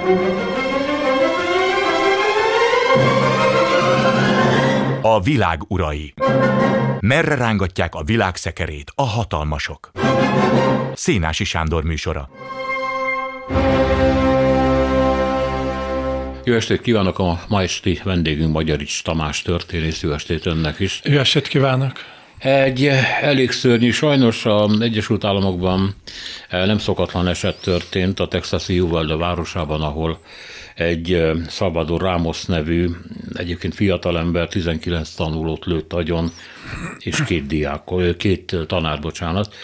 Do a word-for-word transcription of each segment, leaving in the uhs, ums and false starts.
A világ urai. Merre rángatják a világ szekerét a hatalmasok? Szénási Sándor műsora. Jó estét kívánok! A ma esti vendégünk Magyarics Tamás történész. Jó estét önnek is! Jó estét kívánok! Egy elég szörnyű, sajnos az Egyesült Államokban nem szokatlan eset történt a texasi Uvalde városában, ahol egy Salvador Ramos nevű, egyébként fiatalember, tizenkilenc tanulót lőtt agyon, és két diák, két tanár, bocsánat,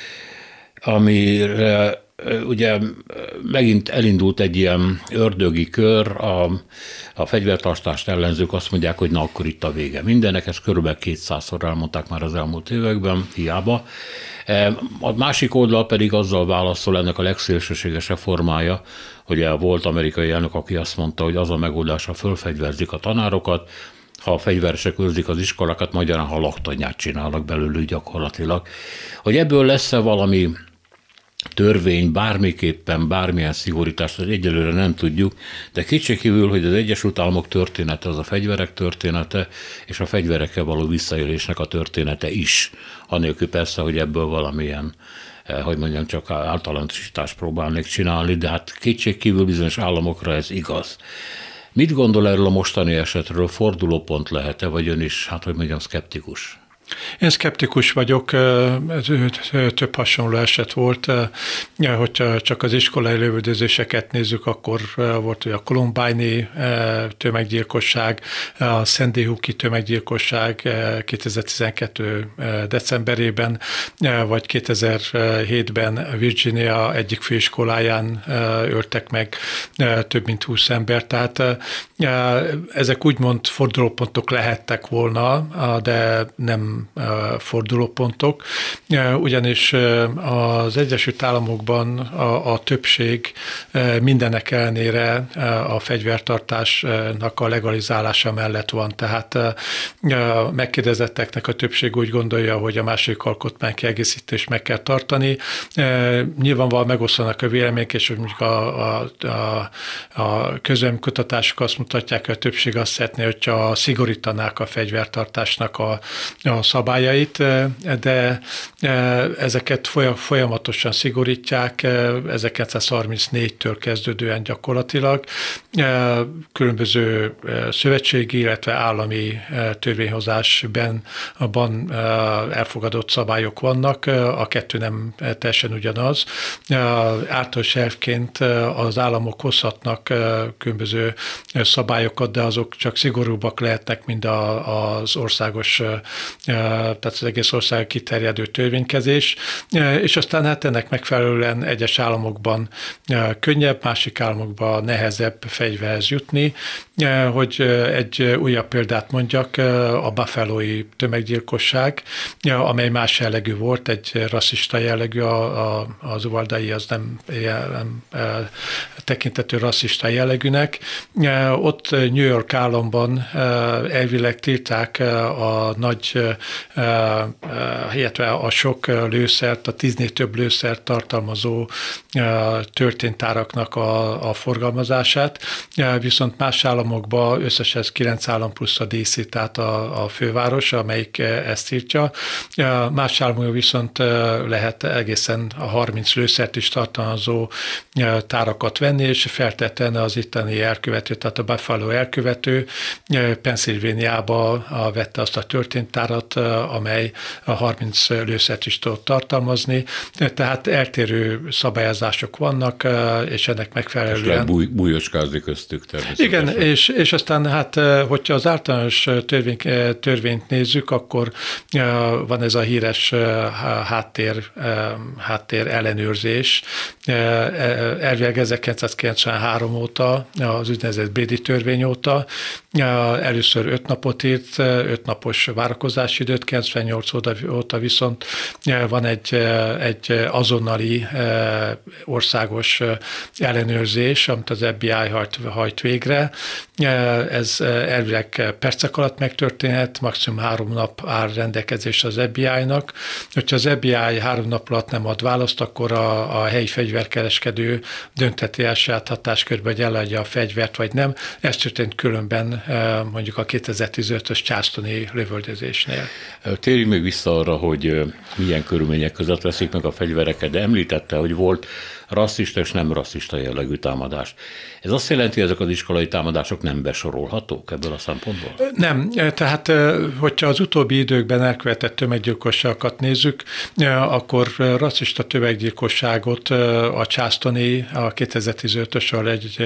amire ugye megint elindult egy ilyen ördögi kör, a, a fegyvertartást ellenzők azt mondják, hogy na akkor itt a vége mindenek, ezt körülbelül kétszázszor elmondták már az elmúlt években, hiába. A másik oldal pedig azzal válaszol, ennek a legszélsőségesebb formája, hogy a volt amerikai elnök, aki azt mondta, hogy az a megoldás, ha fölfegyverzik a tanárokat, ha a fegyveresek őrzik az iskolákat, magyarán ha laktanyát csinálnak belőlük gyakorlatilag. Hogy ebből lesz-e valami törvény, bármiképpen, bármilyen szigorítást, hogy egyelőre nem tudjuk, de kétségkívül, hogy az Egyesült Államok története az a fegyverek története, és a fegyverekkel való visszaélésnek a története is. Anélkül persze, hogy ebből valamilyen, hogy mondjam, csak általánosítást próbálnék csinálni, de hát kétségkívül bizonyos államokra ez igaz. Mit gondol erről a mostani esetről? Fordulópont lehet-e, vagy ön is, hát hogy mondjam, szkeptikus? Én szkeptikus vagyok, több hasonló eset volt, hogyha csak az iskolai lövöldözéseket nézzük, akkor volt hogy a Columbine-i tömeggyilkosság, a Sandy Hooki tömeggyilkosság kétezer-tizenkettő decemberében, vagy kétezer-hétben Virginia egyik főiskoláján öltek meg több mint húsz embert, tehát ezek úgymond fordulópontok lehettek volna, de nem fordulópontok, ugyanis az Egyesült Államokban a, a többség mindenek ellenére a fegyvertartásnak a legalizálása mellett van. Tehát a megkérdezetteknek a többség úgy gondolja, hogy a második alkotmánykiegészítést meg kell tartani. Nyilvánvalóan megosztanak a vélemények, és mondjuk a, a, a, a közvéleménykutatások azt mutatják, hogy a többség azt szeretné, hogyha szigorítanák a fegyvertartásnak a, a szabályait, de ezeket folyamatosan szigorítják, ezerkilencszázharmincnégytől kezdődően gyakorlatilag. Különböző szövetségi, illetve állami törvényhozásban abban elfogadott szabályok vannak, a kettő nem teljesen ugyanaz. Általános elvként az államok hozhatnak különböző szabályokat, de azok csak szigorúbbak lehetnek, mint az országos, tehát az egész ország kiterjedő törvénykezés, és aztán hát ennek megfelelően egyes államokban könnyebb, másik államokban nehezebb fegyverhez jutni. Hogy egy újabb példát mondjak, a buffalói tömeggyilkosság, amely más jellegű volt, egy rasszista jellegű, a, a, az uvaldai az nem, nem tekintető rasszista jellegűnek. Ott New York államban elvileg tilták a nagy, illetve a sok lőszert, a tíznél több lőszert tartalmazó történtáraknak a, a forgalmazását, viszont más államokban összesen kilenc állam plusz a dé cé, tehát a, a főváros, amelyik ezt tiltja. Más államokban viszont lehet egészen a harminc lőszert is tartalmazó tárakat venni, és feltétlenül az itteni elkövető, tehát a Buffalo elkövető Pennsylvaniába vette azt a történtárat, amely a harminc lőszert is tudott tartalmazni. Tehát eltérő szabályozások vannak, és ennek megfelelően... És lehet búj, bújóskázni köztük természetesen. Igen, és, és aztán hát, hogyha az általános törvény, törvényt nézzük, akkor van ez a híres háttér, háttér ellenőrzés. Elvileg ezerkilencszázkilencvenhárom óta, az úgynevezett Brady törvény óta először öt napot írt, öt napos várakozási időt, kilencvennyolc óta, óta viszont van egy, egy azonnali országos ellenőrzés, amit az F B I hajt, hajt végre. Ez elvileg percek alatt megtörténhet, maximum három nap áll rendelkezés az F B I-nak. Hogyha az F B I három nap alatt nem ad választ, akkor a, a helyi fegyverkereskedő dönteti el saját hatáskörben, hogy eladja a fegyvert, vagy nem. Ez történt különben mondjuk a kétezer-tizenötös charlestoni lövöldözésnél. Térjünk még vissza arra, hogy milyen körülmények között veszik meg a fegyvereket, de említette, hogy volt rasszista és nem rasszista jellegű támadás. Ez azt jelenti, hogy ezek az iskolai támadások nem besorolhatók ebből a szempontból? Nem. Tehát, hogyha az utóbbi időkben elkövetett tömeggyilkosságokat nézzük, akkor rasszista tömeggyilkosságot a charlestoni, a kétezer-tizenötösről egy,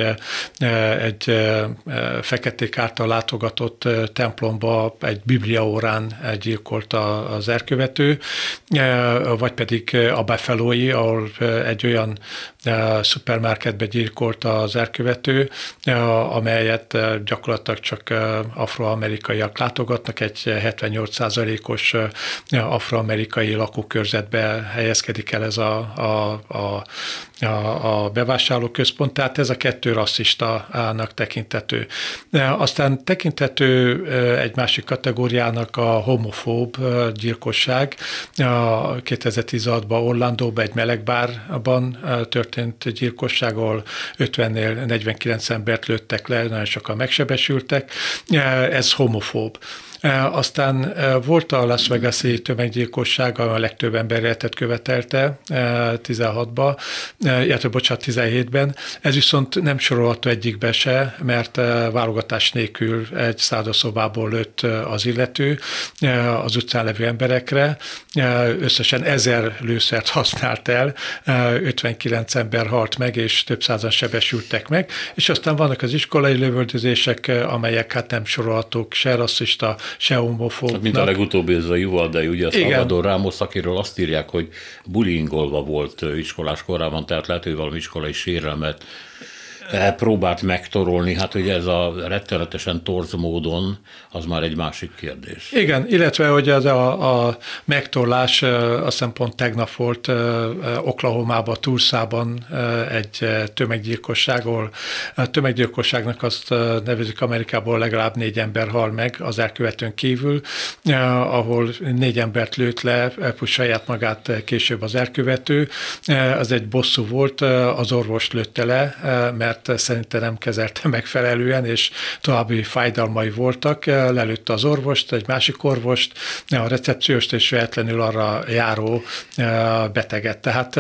egy feketék által látogatott templomba egy bibliaórán gyilkolt az elkövető, vagy pedig a Buffalo-i, ahol egy olyan szupermarketbe gyilkolt az elkövető, amelyet gyakorlatilag csak afroamerikaiak látogatnak, egy hetvennyolc százalékos afroamerikai lakókörzetbe helyezkedik el ez a, a, a a bevásárlóközpont, tehát ez a kettő rasszistának tekintető. Aztán tekintető egy másik kategóriának a homofób gyilkosság. kétezer-tizenhatban Orlandóban egy melegbárban történt gyilkosság, ahol ötvennél negyvenkilenc embert lőttek le, nagyon sokan megsebesültek. Ez homofób. Aztán volt a Las Vegas-i tömeggyilkosság, a legtöbb ember életet követelte tizenhatban, illetve bocsánat, tizenhétben. Ez viszont nem sorolható egyikbe se, mert válogatás nélkül egy szállodaszobából lőtt az illető az utcán levő emberekre. Összesen ezer lőszert használt el, ötvenkilenc ember halt meg, és több százan sebesültek meg. És aztán vannak az iskolai lövöldözések, amelyek hát nem sorolhatók se rasszista, se homofóbnak. Hát, mint a legutóbbi, ez a Uvalde, ugye a Salvador Ramos, akiről azt írják, hogy bullyingolva volt iskolás korában, tehát lehet, hogy valami iskolai sérelmet próbált megtorolni, hát hogy ez a rettenetesen torz módon, az már egy másik kérdés. Igen, illetve, hogy az a, a megtorlás, azt hiszem pont tegnap volt Oklahomában, Tulsában egy tömeggyilkosság, ahol a tömeggyilkosságnak azt nevezik Amerikából, legalább négy ember hal meg az elkövetőn kívül, ahol négy embert lőtt le, plusz saját magát később az elkövető. Az egy bosszú volt, az orvost lőtte le, mert szerintem nem kezelte megfelelően, és további fájdalmai voltak. Lelőtte az orvost, egy másik orvost, a recepcióst, és véletlenül arra járó beteget. Tehát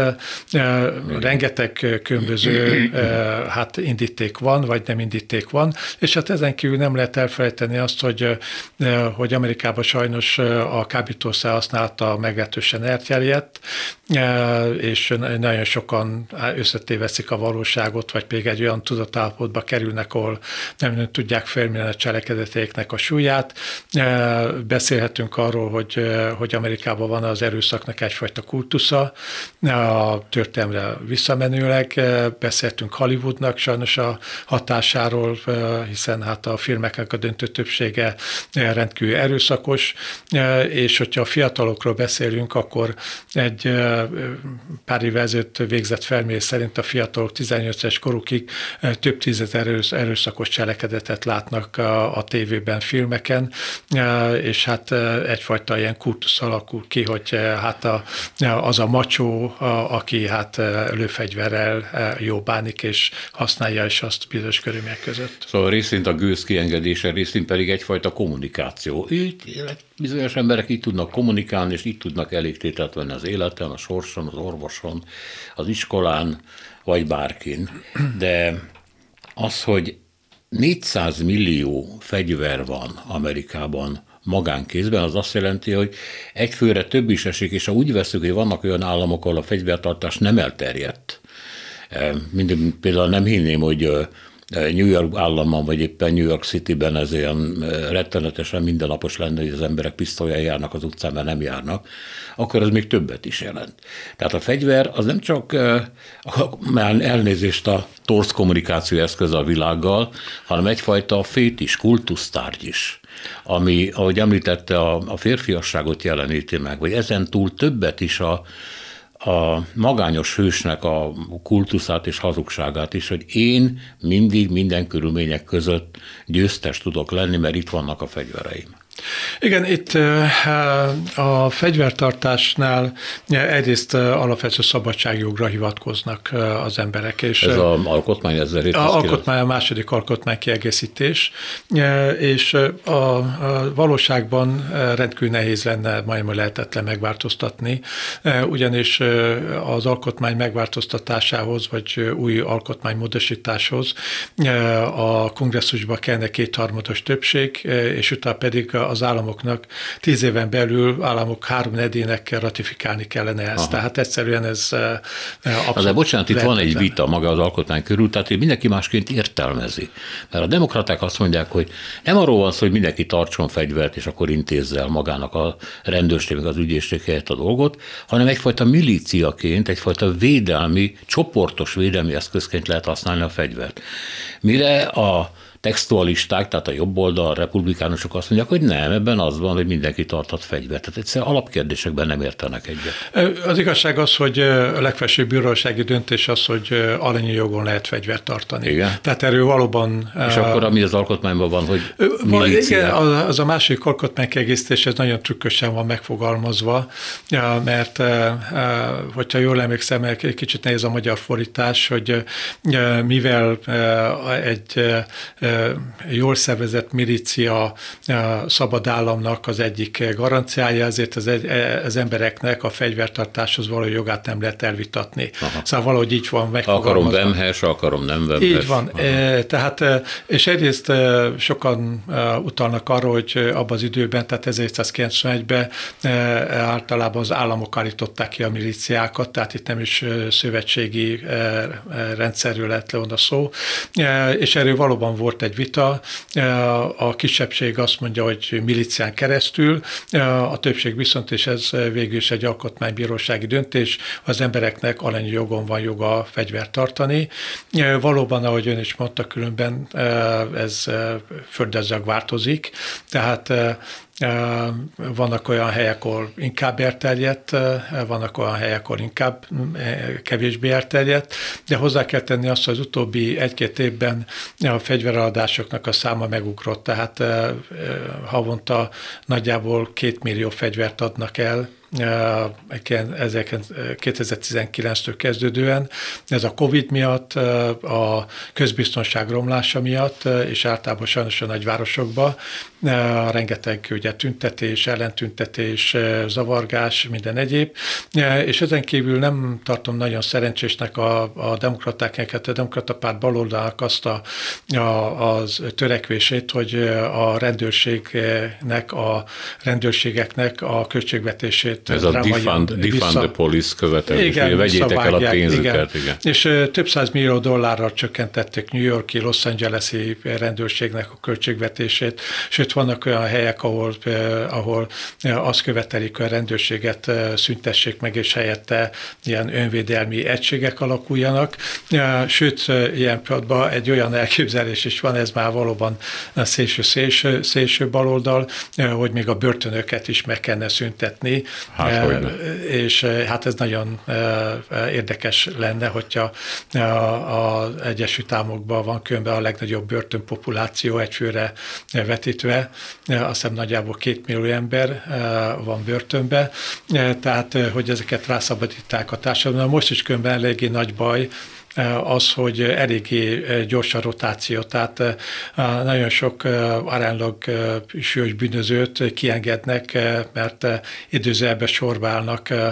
rengeteg különböző hát indíték van, vagy nem indíték van, és hát ezen kívül nem lehet elfelejteni azt, hogy, hogy Amerikában sajnos a kábítószer használata meglehetősen elterjedt, és nagyon sokan összetéveszik a valóságot, vagy pedig egy olyan tudatállapotba kerülnek, ahol nem tudják felmérni a cselekedeteiknek a súlyát. Beszélhetünk arról, hogy, hogy Amerikában van az erőszaknak egyfajta kultusza, a történelemre visszamenőleg. Beszéltünk Hollywoodnak sajnos a hatásáról, hiszen hát a filmeknek a döntő többsége rendkívül erőszakos, és hogyha a fiatalokról beszélünk, akkor egy pár évvel ezelőtt végzett felmérés szerint a fiatalok tizennyolc éves korukig több tízezer erőszakos cselekedetet látnak a, a tévében, filmeken, és hát egyfajta ilyen kultusz alakul ki, hogy hát a, az a macsó, a, aki hát lőfegyverrel jó bánik, és használja is azt bizonyos körülmények között. Szóval részint a gőz kiengedése, részint pedig egyfajta kommunikáció. Így bizonyos emberek így tudnak kommunikálni, és így tudnak elégtételt venni az életen, a sorson, az orvoson, az iskolán, vagy bárkin. De az, hogy négyszáz millió fegyver van Amerikában magánkézben, az azt jelenti, hogy egy főre több is esik, és ha úgy veszük, hogy vannak olyan államok, ahol a fegyvertartás nem elterjedt, minden, például nem hinném, hogy New York államban, vagy éppen New York Cityben ez ilyen rettenetesen mindennapos lenne, hogy az emberek pisztollyal járnak az utcán, mert nem járnak, akkor ez még többet is jelent. Tehát a fegyver az nem csak elnézést a torz kommunikáció eszköz a világgal, hanem egyfajta fétis, kultusztárgy is, ami, ahogy említette, a, a férfiasságot jeleníti meg, vagy ezen túl többet is a a magányos hősnek a kultuszát és hazugságát is, hogy én mindig minden körülmények között győztes tudok lenni, mert itt vannak a fegyvereim. Igen, itt a fegyvertartásnál egyrészt alapvető szabadságjogra hivatkoznak az emberek. És ez az alkotmány ezerhétszázkilenc. A alkotmány, a második alkotmány kiegészítés, és a valóságban rendkívül nehéz lenne, majdnem lehetetlen megváltoztatni, ugyanis az alkotmány megváltoztatásához, vagy új alkotmánymódosításhoz a kongresszusba kellene kétharmados többség, és utána pedig az államoknak tíz éven belül államok háromnegyedének kell ratifikálni kellene ezt. Aha. Tehát egyszerűen ez abszolút. De bocsánat, itt van egy vita maga az alkotmány körül, tehát mindenki másként értelmezi. Mert a demokraták azt mondják, hogy nem arról van szó, hogy mindenki tartson fegyvert, és akkor intézze el magának a rendőrség, meg az ügyészség helyett a dolgot, hanem egyfajta milíciaként, egyfajta védelmi, csoportos védelmi eszközként lehet használni a fegyvert. Mire a textualisták, tehát a jobb oldal, a republikánusok azt mondják, hogy nem, ebben az van, hogy mindenki tarthat fegyvert. Tehát egyszerűen alapkérdésekben nem értenek egyet. Az igazság az, hogy a legfelsőbb bírósági döntés az, hogy alanyi jogon lehet fegyvert tartani. Igen. Tehát erről valóban... És akkor ami az alkotmányban van, hogy milícia. Igen, az a másik alkotmánykiegészítés, ez nagyon trükkösen van megfogalmazva, mert hogyha jól emlékszem, egy kicsit nehéz a magyar fordítás, hogy mivel egy jól szervezett milícia szabad államnak az egyik garanciája, ezért az, egy, az embereknek a fegyvertartáshoz való jogát nem lehet elvitatni. Aha. Szóval valahogy így van megfogalmazva. Akarom vemhes, akarom nem vemhes. Így van. Aha. Tehát, és egyrészt sokan utalnak arra, hogy abban az időben, tehát ezerhétszázkilencvenegyben általában az államok állították ki a milíciákat, tehát itt nem is szövetségi rendszerről lett volna szó, és erről valóban volt egy vita, a kisebbség azt mondja, hogy milícián keresztül, a többség viszont, és ez végül is egy alkotmánybírósági döntés, az embereknek alanyi jogon van joga fegyvert tartani. Valóban, ahogy ön is mondta, különben ez földrajzilag változik, tehát vannak olyan helyek, ahol inkább elterjedt, vannak olyan helyek, ahol inkább kevésbé elterjedt, de hozzá kell tenni azt, hogy az utóbbi egy-két évben a fegyvereladásoknak a száma megugrott, tehát havonta nagyjából két millió fegyvert adnak el, kétezer-tizenkilenctől kezdődően. Ez a Covid miatt, a közbiztonság romlása miatt, és általában sajnos a nagyvárosokban rengeteg ugye, tüntetés, ellentüntetés, zavargás, minden egyéb. És ezen kívül nem tartom nagyon szerencsésnek a, a demokratákat, a demokrata párt baloldalnak azt a, a, az törekvését, hogy a rendőrségnek, a rendőrségeknek a költségvetését ez a defund, defund the police követelés, hogy vegyétek el a pénzüket. Igen. Igen. És uh, több száz millió dollárral csökkentették New York-i, Los Angeles-i rendőrségnek a költségvetését, sőt vannak olyan helyek, ahol, uh, ahol uh, azt követelik, hogy a rendőrséget uh, szüntessék meg, és helyette ilyen önvédelmi egységek alakuljanak. Uh, sőt, uh, ilyen pillanatban egy olyan elképzelés is van, ez már valóban szélső-szélső szélső baloldal, uh, hogy még a börtönöket is meg kellene szüntetni. Hát, és hát ez nagyon érdekes lenne, hogyha az Egyesült Államokban van különben a legnagyobb börtönpopuláció egyfőre vetítve, azt hiszem nagyjából két millió ember van börtönben, tehát hogy ezeket rászabadítják a társadalomra. Most is különben eléggé nagy baj az, hogy eléggé gyors a rotáció, tehát nagyon sok aránylag súlyos bűnözőt kiengednek, mert időzőben sorba állnak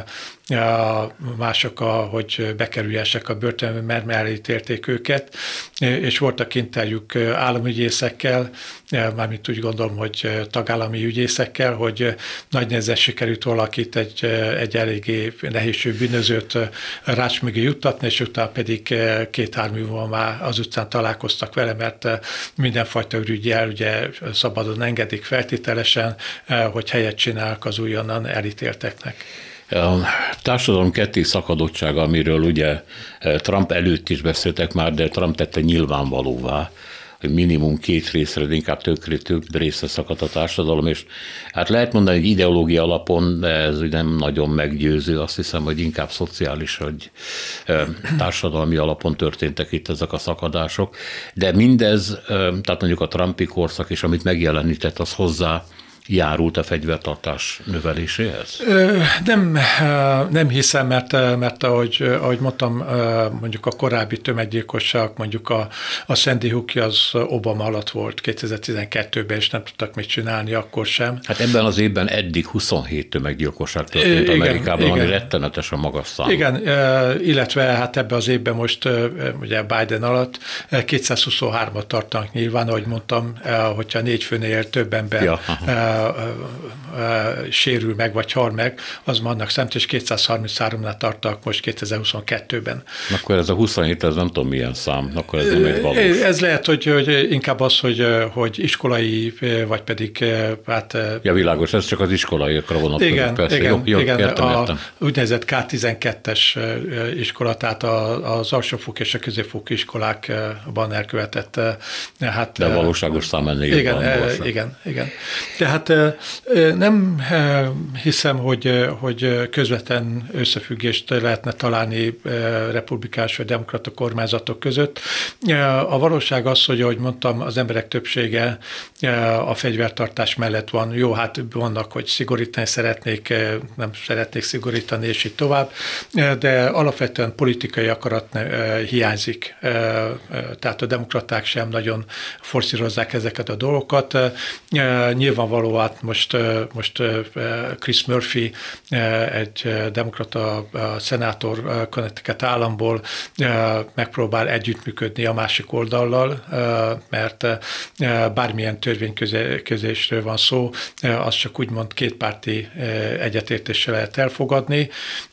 mások, a, hogy bekerüljesek a börtönbe, mert elítélték őket, és voltak interjúk államügyészekkel, mármint úgy gondolom, hogy tagállami ügyészekkel, hogy nagy nehezen sikerült valakit egy, egy eléggé nehézső bűnözőt rács mögé juttatni, és utána pedig két-három évvel már az utcán találkoztak vele, mert mindenfajta ürügyjel ugye szabadon engedik feltételesen, hogy helyet csinálnak az újonnan elítélteknek. A társadalom ketté szakadottsága, amiről ugye Trump előtt is beszéltek már, de Trump tette nyilvánvalóvá, hogy minimum két részre, de inkább tökre több részre szakadt a társadalom, és hát lehet mondani, hogy ideológia alapon, de ez nem nagyon meggyőző, azt hiszem, hogy inkább szociális, hogy társadalmi alapon történtek itt ezek a szakadások, de mindez, tehát mondjuk a Trumpi korszak és amit megjelenített, az hozzá járult a fegyvertartás növeléséhez? Nem, nem hiszem, mert, mert ahogy, ahogy mondtam, mondjuk a korábbi tömeggyilkosság, mondjuk a, a Sandy Hook az Obama alatt volt kétezer-tizenkettőben, és nem tudtak mit csinálni akkor sem. Hát ebben az évben eddig huszonhét tömeggyilkosság történt igen, Amerikában, igen. Ami rettenetesen magas szám. Igen, illetve hát ebben az évben most ugye Biden alatt kétszázhuszonhármat tartanak nyilván, ahogy mondtam, hogyha négy főnél több ember ja, sérül meg, vagy hal meg, az már annak számít, és kétszázharmincháromnál tartak most kétezer-huszonkettőben. Akkor ez a huszonhét, ez nem tudom milyen szám, akkor ez nem egy valós. Ez lehet, hogy, hogy inkább az, hogy, hogy iskolai, vagy pedig hát... Ja, világos, ez csak az iskolaiakra vonatkozik. Igen, persze. igen, jó, jó, igen értem, a értem. úgynevezett ká tizenkettes iskola, tehát az alsófok és a középfok iskolákban elkövetett. Hát, de valóságos szám ennél igen, igen, igen, igen. Tehát nem hiszem, hogy, hogy közvetlen összefüggést lehetne találni republikánus vagy demokrata kormányzatok között. A valóság az, hogy ahogy mondtam, az emberek többsége a fegyvertartás mellett van. Jó, hát vannak, hogy szigorítani szeretnék, nem szeretnék szigorítani, és így tovább, de alapvetően politikai akarat hiányzik. Tehát a demokraták sem nagyon forszírozzák ezeket a dolgokat. Nyilvánvaló, hát most, most Chris Murphy, egy demokrata szenátor Connecticut államból megpróbál együttműködni a másik oldallal, mert bármilyen törvénykezésről van szó, az csak úgymond kétpárti egyetértéssel lehet elfogadni,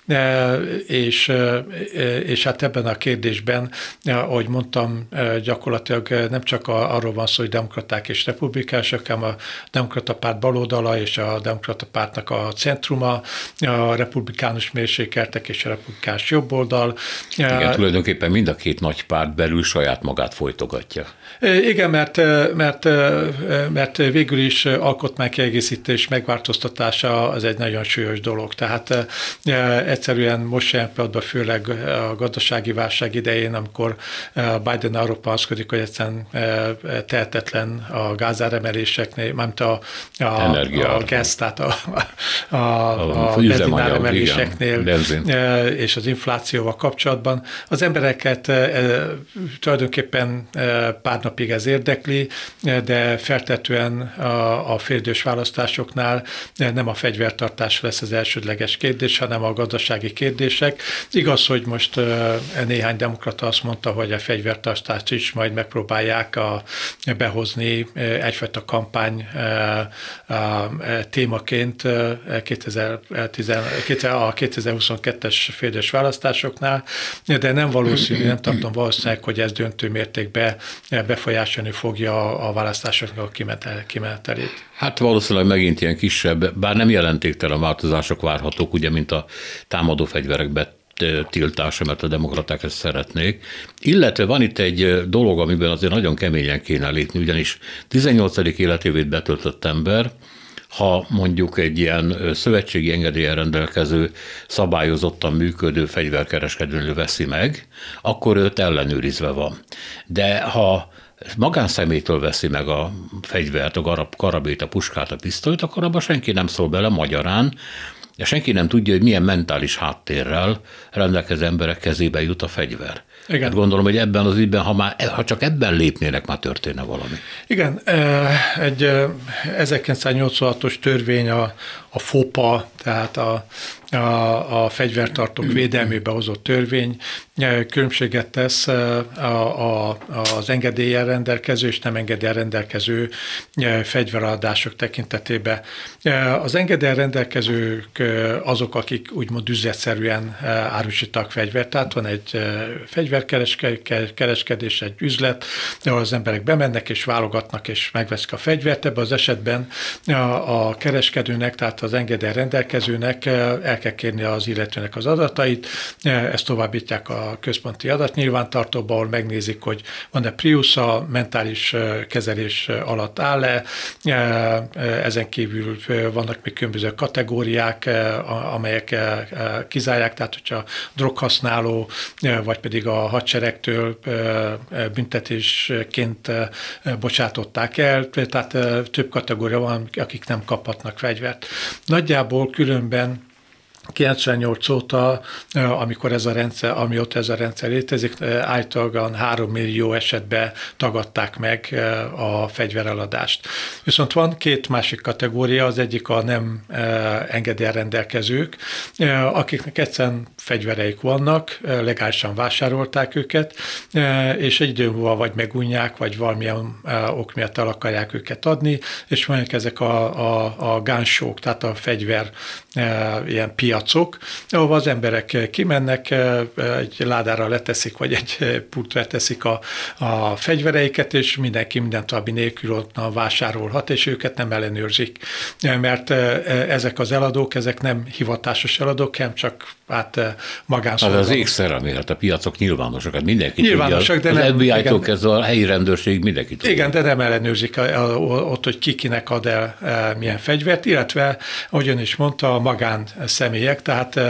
és, és hát ebben a kérdésben, ahogy mondtam, gyakorlatilag nem csak arról van szó, hogy demokraták és republikánusok, hanem a demokrata párt baloldala és a demokrata pártnak a centruma, a republikánus mérsékeltek és a republikánus jobboldal. Igen, tulajdonképpen mind a két nagy párt belül saját magát folytogatja. Igen, mert, mert, mert végül is alkotmánykiegészítés megváltoztatása az egy nagyon súlyos dolog. Tehát egyszerűen most jelen pillanatban, főleg a gazdasági válság idején, amikor Biden arról panaszkodik, hogy egyszerűen tehetetlen a gázáremeléseknél, mármint a, a, a gáz, tehát a, a, a, a benzináremeléseknél és az inflációval kapcsolatban. Az embereket tulajdonképpen pár napig ez érdekli, de feltetően a, a félidős választásoknál nem a fegyvertartás lesz az elsődleges kérdés, hanem a gazdasági kérdések. Igaz, hogy most néhány demokrata azt mondta, hogy a fegyvertartást is majd megpróbálják a, behozni egyfajta kampány témaként a kétezer-huszonkettes félidős választásoknál, de nem valószínű, nem tartom valószínűleg, hogy ez döntő mértékben befolyásolni fogja a választásoknak a kimenetelét. Hát valószínűleg megint ilyen kisebb, bár nem jelentéktelen változások várhatók, ugye, mint a támadó fegyverek betiltása, mert a demokraták ezt szeretnék. Illetve van itt egy dolog, amiben azért nagyon keményen kéne lépni, ugyanis tizennyolcadik életévét betöltött ember, ha mondjuk egy ilyen szövetségi engedéllyel rendelkező, szabályozottan működő fegyverkereskedőnő veszi meg, akkor őt ellenőrizve van. De ha magánszemélytől veszi meg a fegyvert, a karabét, a puskát, a pisztolyt, akkor abban senki nem szól bele magyarán, de senki nem tudja, hogy milyen mentális háttérrel rendelkező emberek kezébe jut a fegyver. Igen. Hát gondolom, hogy ebben az ügyben, ha, már, ha csak ebben lépnének, már történne valami. Igen, egy ezerkilencszáznyolcvanhatos törvény a, a FOPA, tehát a, a, a fegyvertartók védelmébe hozott törvény különbséget tesz a, a, az engedéllyel rendelkező és nem engedéllyel rendelkező fegyveradások tekintetében. Az engedéllyel rendelkezők azok, akik úgymond üzletszerűen árusítanak fegyvert, tehát van egy fegyverkereskedés, egy üzlet, ahol az emberek bemennek és válogatnak és megveszik a fegyvert. Ebben az esetben a kereskedőnek, tehát az engedélyel rendelkezőnek el kell kérni az illetőnek az adatait, ezt továbbítják a központi adatnyilvántartóba, ahol megnézik, hogy van-e priusza, mentális kezelés alatt áll-e, ezen kívül vannak még különböző kategóriák, amelyek kizárják, tehát hogyha droghasználó, vagy pedig a hadseregtől büntetésként bocsátották el, tehát több kategória van, akik nem kaphatnak fegyvert. Nagyjából különben kilencvennyolc óta, amikor ez a rendszer, amióta ez a rendszer létezik, általában három millió esetben tagadták meg a fegyvereladást. Viszont van két másik kategória, az egyik a nem engedéllyel rendelkezők, akiknek egyszerűen fegyvereik vannak, legálisan vásárolták őket, és egy idő múlva vagy megunják, vagy valamilyen ok miatt el akarják őket adni, és mondjuk ezek a, a, a gunshowk, tehát a fegyver ilyen piacok, ahol az emberek kimennek, egy ládára leteszik, vagy egy pultra leteszik a, a fegyvereiket, és mindenki minden további nélkül onnan vásárolhat, és őket nem ellenőrzik. Mert ezek az eladók, ezek nem hivatásos eladók, hanem csak hát magánszolgáltatók. Az az ékszer, ami hát a piacok nyilvánosak, hát mindenki nyilvánosak, tudja. De az nem, ef bé i-tól kezdve a helyi rendőrség mindenki tudja. Igen, de nem ellenőrzik ott, hogy ki kinek ad el milyen fegyvert, illetve, ahogy ön is mondta, a magán személyek, tehát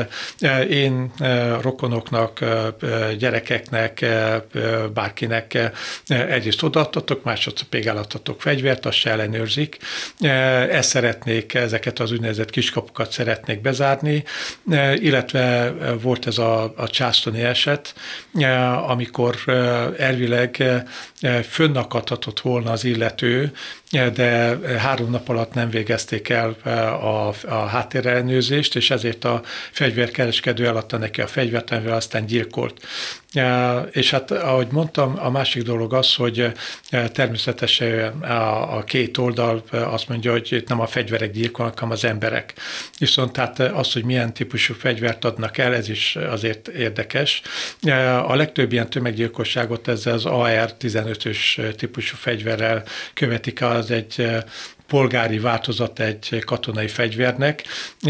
én rokonoknak, gyerekeknek, bárkinek egyrészt odaadtatok, másodszor pedig eladtatok fegyvert, azt se ellenőrzik. Ezt szeretnék, ezeket az úgynevezett kiskapukat szeretnék bezárni, illetve volt ez a, a charlestoni eset, amikor elvileg fönnakadhatott volna az illető, de három nap alatt nem végezték el a, a háttérellenőrzést, és ezért a fegyverkereskedő eladta neki a fegyvert, amivel aztán gyilkolt. És hát, ahogy mondtam, a másik dolog az, hogy természetesen a, a két oldal azt mondja, hogy itt nem a fegyverek gyilkolnak, hanem az emberek. Viszont tehát az, hogy milyen típusú fegyvert adnak el, ez is azért érdekes. A legtöbb ilyen tömeggyilkosságot ezzel az á er tizenötös típusú fegyverrel követik, az egy polgári változat egy katonai fegyvernek,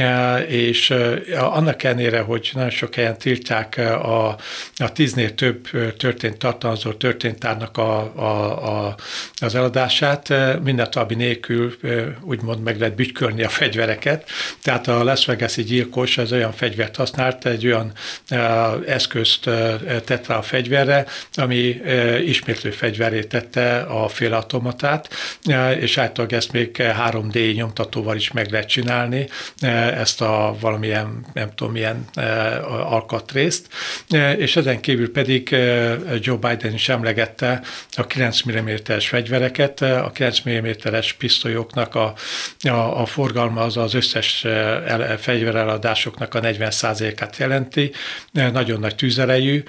és annak ellenére, hogy nagyon sok helyen tiltják a, a tíznél több történt tartalmazó történtárnak a, a, a, az eladását, minden további nélkül úgymond meg lehet bütykölni a fegyvereket. Tehát a Las Vegas-i gyilkos az olyan fegyvert használt, egy olyan eszközt tett rá a fegyverre, ami ismétlő fegyverré tette a félautomatát, és általában ezt még három dé nyomtatóval is meg lehet csinálni ezt a valamilyen, nem tudom, milyen alkatrészt, és ezen kívül pedig Joe Biden is emlegette a kilenc milliméteres fegyvereket, a kilenc milliméteres pisztolyoknak a, a, a forgalma az az összes fegyvereladásoknak a negyven százalékát jelenti, nagyon nagy tűzerejű,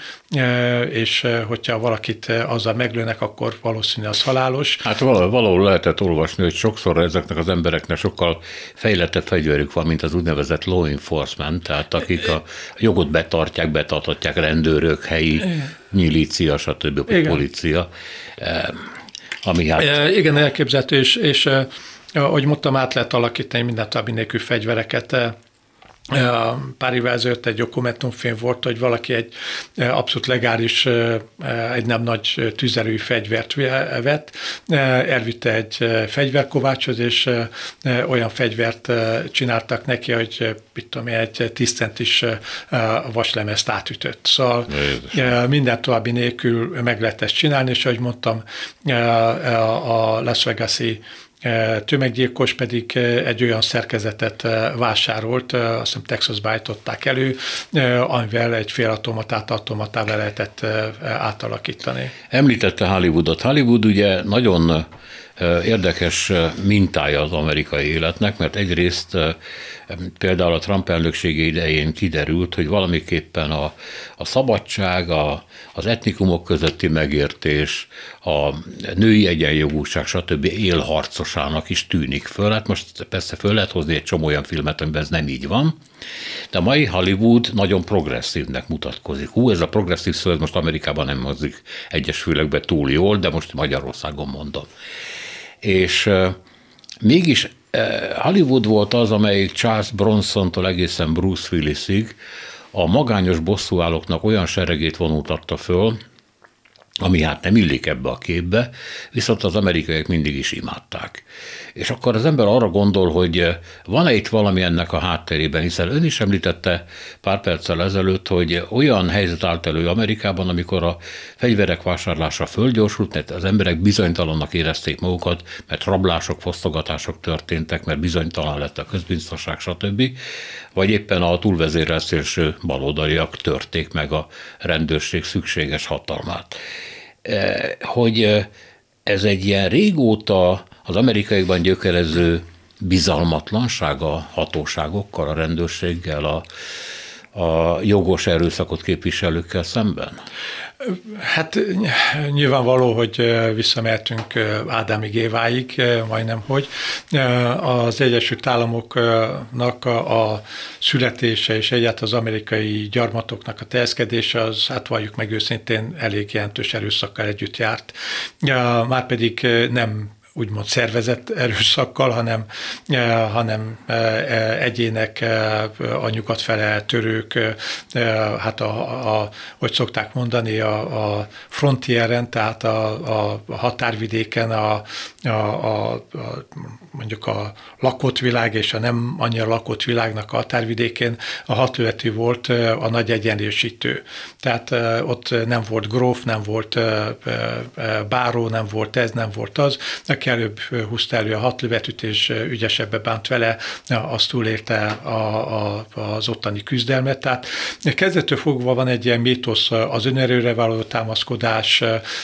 és hogyha valakit azzal meglőnek, akkor valószínű az halálos. Hát valahol, valahol lehetett olvasni, hogy sokszor ezeknek az embereknek sokkal fejlettebb fegyverük van, mint az úgynevezett law enforcement, tehát akik a jogot betartják, betartatják rendőrök, helyi milícia, stb. Policia. Ami hát... Igen, elképzelhető, és, és ahogy mondtam, át lehet alakítani minden további nélkül fegyvereket. Pár évvel ezelőtt egy dokumentumfilm volt, hogy valaki egy abszolút legális, egy nem nagy tüzelői fegyvert vett, elvitte egy fegyverkovácshoz, és olyan fegyvert csináltak neki, hogy mit tudom én, egy tíz centis vaslemezt átütött. Szóval Jézus. Minden további nélkül meg lehet ezt csinálni, és ahogy mondtam, a Las Vegas-i tömeggyilkos pedig egy olyan szerkezetet vásárolt, azt hiszem Texasba állították elő, amivel egy félautomatát automatává lehetett átalakítani. Említette Hollywoodot. Hollywood ugye nagyon érdekes mintája az amerikai életnek, mert egyrészt például a Trump elnöksége idején kiderült, hogy valamiképpen a, a szabadság, a, az etnikumok közötti megértés, a női egyenjogúság, stb. Élharcosának is tűnik föl. Hát most persze föl lehet hozni egy csomó olyan filmet, amiben ez nem így van, de a mai Hollywood nagyon progresszívnek mutatkozik. Hú, ez a progresszív szó, ez most Amerikában nem hozzik egyes fülekbe túl jól, de most Magyarországon mondom. És uh, mégis uh, Hollywood volt az, amelyik Charles Bronsontól egészen Bruce Willisig a magányos bosszúállóknak olyan seregét vonultatta föl, ami hát nem illik ebbe a képbe, viszont az amerikaiak mindig is imádták. És akkor az ember arra gondol, hogy van-e itt valami ennek a hátterében, hiszen ön is említette pár perccel ezelőtt, hogy olyan helyzet állt elő Amerikában, amikor a fegyverek vásárlása fölgyorsult, mert az emberek bizonytalannak érezték magukat, mert rablások, fosztogatások történtek, mert bizonytalan lett a közbiztonság, stb. Vagy éppen a túlvezérelt szélső baloldaliak törték meg a rendőrség szükséges hatalmát. Hogy ez egy ilyen régóta az amerikaiakban gyökerező bizalmatlanság a hatóságokkal, a rendőrséggel, a, a jogos erőszakot képviselőkkel szemben? Hát nyilvánvaló, hogy visszamehetünk Ádámig Éváig, majdnem hogy. Az Egyesült Államoknak a születése és egyáltalán az amerikai gyarmatoknak a terjeszkedése, az hát valljuk meg őszintén elég jelentős erőszakkal együtt járt. Márpedig nem úgymond szervezett erőszakkal, hanem, hanem egyének, a nyugat fele törők, hát a, a, hogy szokták mondani, a, a frontieren, tehát a, a határvidéken, a, a, a, a, mondjuk a lakott világ és a nem annyira lakott világnak a határvidékén a hadlövető volt a nagy egyenlősítő. Tehát ott nem volt gróf, nem volt báró, nem volt ez, nem volt az, aki előbb húzta elő a hadlövetőt és ügyesebbe bánt vele, azt túlélte a, a, az ottani küzdelmet. Tehát kezdettől fogva van egy ilyen mítosz, az önerőre való támaszkodás,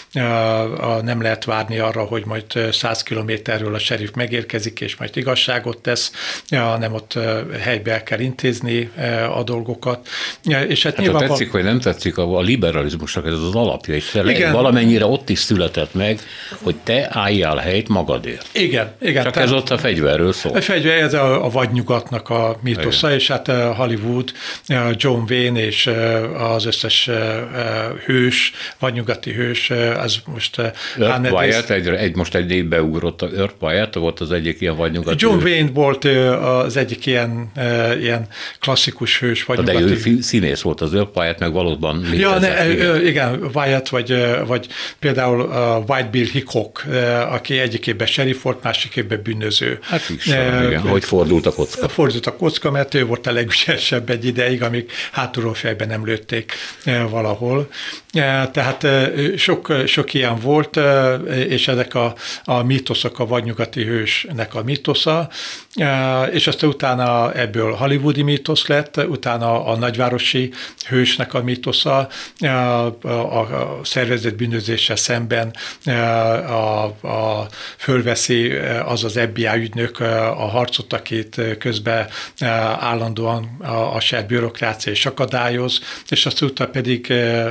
nem lehet várni arra, hogy majd száz kilométerről a serif megérkezik, és majd igazságot tesz, hanem ott helybe el kell intézni a dolgokat. És hát, hát nyilván ha tetszik, vagy nem tetszik, a liberalizmusnak ez az alapja, és igen. Valamennyire ott is született meg, hogy te álljál helyt magadért. Igen, igen. Csak ez ott a fegyverről szól. A fegyver, ez a, a vadnyugatnak a mítosza, és hát Hollywood, John Wayne és az összes hős, vadnyugati hős, az most... Earp Wyatt, egy, egy, most egy évbe ugrott, a Earp Wyatt volt az egyik ilyen vadnyugati John hős. Wayne volt az egyik ilyen, ilyen klasszikus hős vadnyugati. De ő színész volt, az Earp Wyatt, meg valóban létezett. Ja, ne, igen. igen, Wyatt, vagy, vagy például White Bill Hickok, aki egyik évben sheriff volt, másik évben bűnöző. Hát igen, igen, hogy fordult a kocka. Fordult a kocka, mert ő volt a legügyesebb egy ideig, amíg hátulról fejben nem lőtték valahol. Tehát sok, sok ilyen volt, és ezek a, a mítoszok, a vadnyugati hősnek a mítosza, és aztán utána ebből hollywoodi mítosz lett, utána a nagyvárosi hősnek a mítosza, a, a szervezett bűnözéssel szemben a, a fölveszi az az ef bé i ügynök a harcot, akit közben állandóan a, a saját bürokrácia is akadályoz, és aztán utána pedig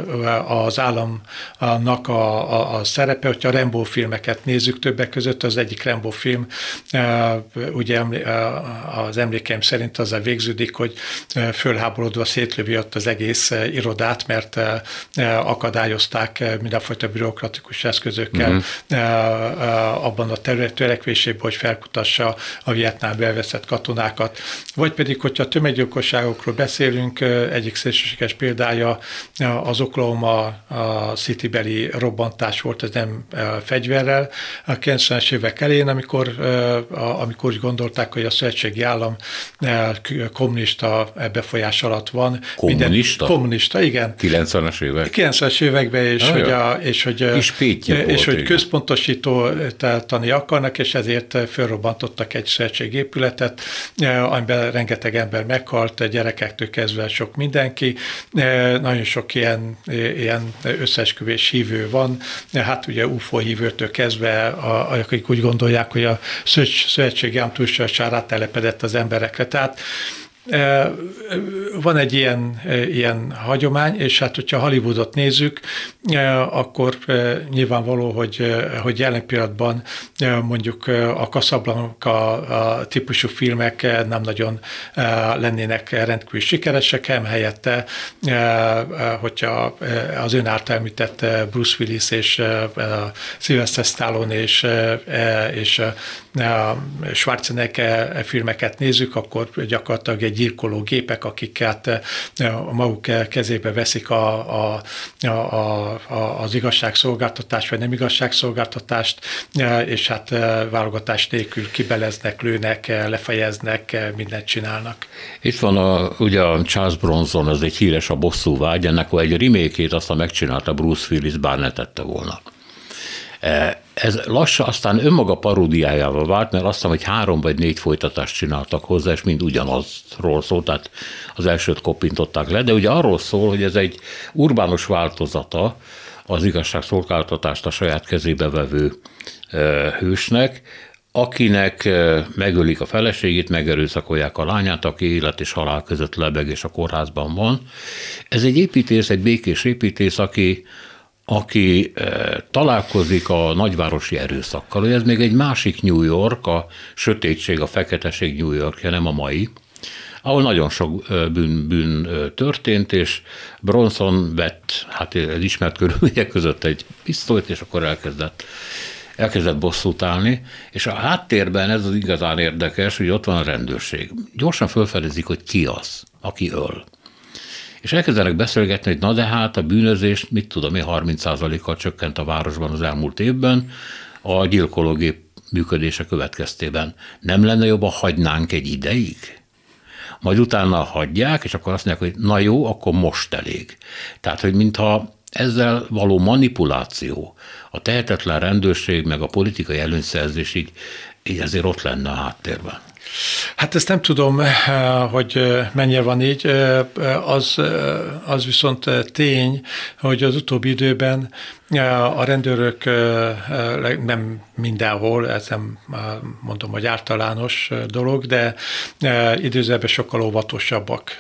az államnak a, a, a szerepe, hogyha a Rambo filmeket nézzük, többek között az egyik Rambo film, ugye az emlékeim szerint azzal végződik, hogy fölháborodva szétlövi ott az egész irodát, mert akadályozták mindenfajta bürokratikus eszközökkel uh-huh. abban a törekvésében, hogy felkutassa a Vietnámba elveszett katonákat. Vagy pedig, hogyha tömeggyilkosságokról beszélünk, egyik szélsőséges példája az Oklahoma City-beli robbantás volt, ez nem fegyverrel, a kilencvenes évek elején, amikor, amikor úgy gondolták, hogy a szövetségi állam kommunista befolyás alatt van. Kommunista? Minden, kommunista, igen. kilencvenes évek. kilencvenes években, és, ah, hogy, a, és, hogy, és, és hogy központosító tani akarnak, és ezért felrobbantottak egy szövetségépületet, amiben rengeteg ember meghalt, gyerekektől kezdve sok mindenki, nagyon sok ilyen, ilyen összeesküvés hívő van, hát ugye u f o hívőtől kezdve, akik úgy gondolják, hogy a szövetségi állam túlságosan rátelepedett az emberekre. Tehát van egy ilyen, ilyen hagyomány, és hát, hogyha Hollywoodot nézzük, akkor nyilvánvaló, hogy, hogy jelen pillanatban mondjuk a Casablanca a típusú filmek nem nagyon lennének rendkívül sikeresek, helyette, hogyha az ön által említett Bruce Willis és Sylvester Stallone és, és Schwarzenegger filmeket nézzük, akkor gyakorlatilag egy gyilkoló gépek, akiket maguk kezébe veszik a, a, a, a, az igazságszolgáltatást, vagy nem igazságszolgáltatást, és hát válogatás nélkül kibeleznek, lőnek, lefejeznek, mindent csinálnak. Itt van a, ugye a Charles Bronson, az egy híres a bosszú vágy, ennek egy remake-ét aztán megcsinálta Bruce Willis, bár ne tette volna. Ez lassan aztán önmaga paródiájával vált, mert azt hiszem, hogy három vagy négy folytatást csináltak hozzá, és mind ugyanazról szól, tehát az elsőt koppintották le, de ugye arról szól, hogy ez egy urbánus változata az igazságszolgáltatást a saját kezébe vevő hősnek, akinek megölik a feleségét, megerőszakolják a lányát, aki élet és halál között lebeg és a kórházban van. Ez egy építész, egy békés építész, aki aki találkozik a nagyvárosi erőszakkal. Ez még egy másik New York, a sötétség, a feketeség New Yorkja, nem a mai, ahol nagyon sok bűn, bűn történt, és Bronson vett, hát ez ismert körülmények között egy pisztolyt, és akkor elkezdett, elkezdett bosszút állni, és a háttérben ez az igazán érdekes, hogy ott van a rendőrség. Gyorsan felfedezik, hogy ki az, aki öl. És elkezdenek beszélgetni, hogy na de hát a bűnözés, mit tudom én, harminc százalékkal csökkent a városban az elmúlt évben a gyilkológép működése következtében. Nem lenne jobb, ha hagynánk egy ideig? Majd utána hagyják, és akkor azt mondják, hogy na jó, akkor most elég. Tehát, hogy mintha ezzel való manipuláció, a tehetetlen rendőrség, meg a politikai előnyszerzés így, így ezért ott lenne a háttérben. Hát ezt nem tudom, hogy mennyire van így, az, az viszont tény, hogy az utóbbi időben a rendőrök nem mindenhol, ez nem mondom, hogy általános dolog, de időzőben sokkal óvatosabbak,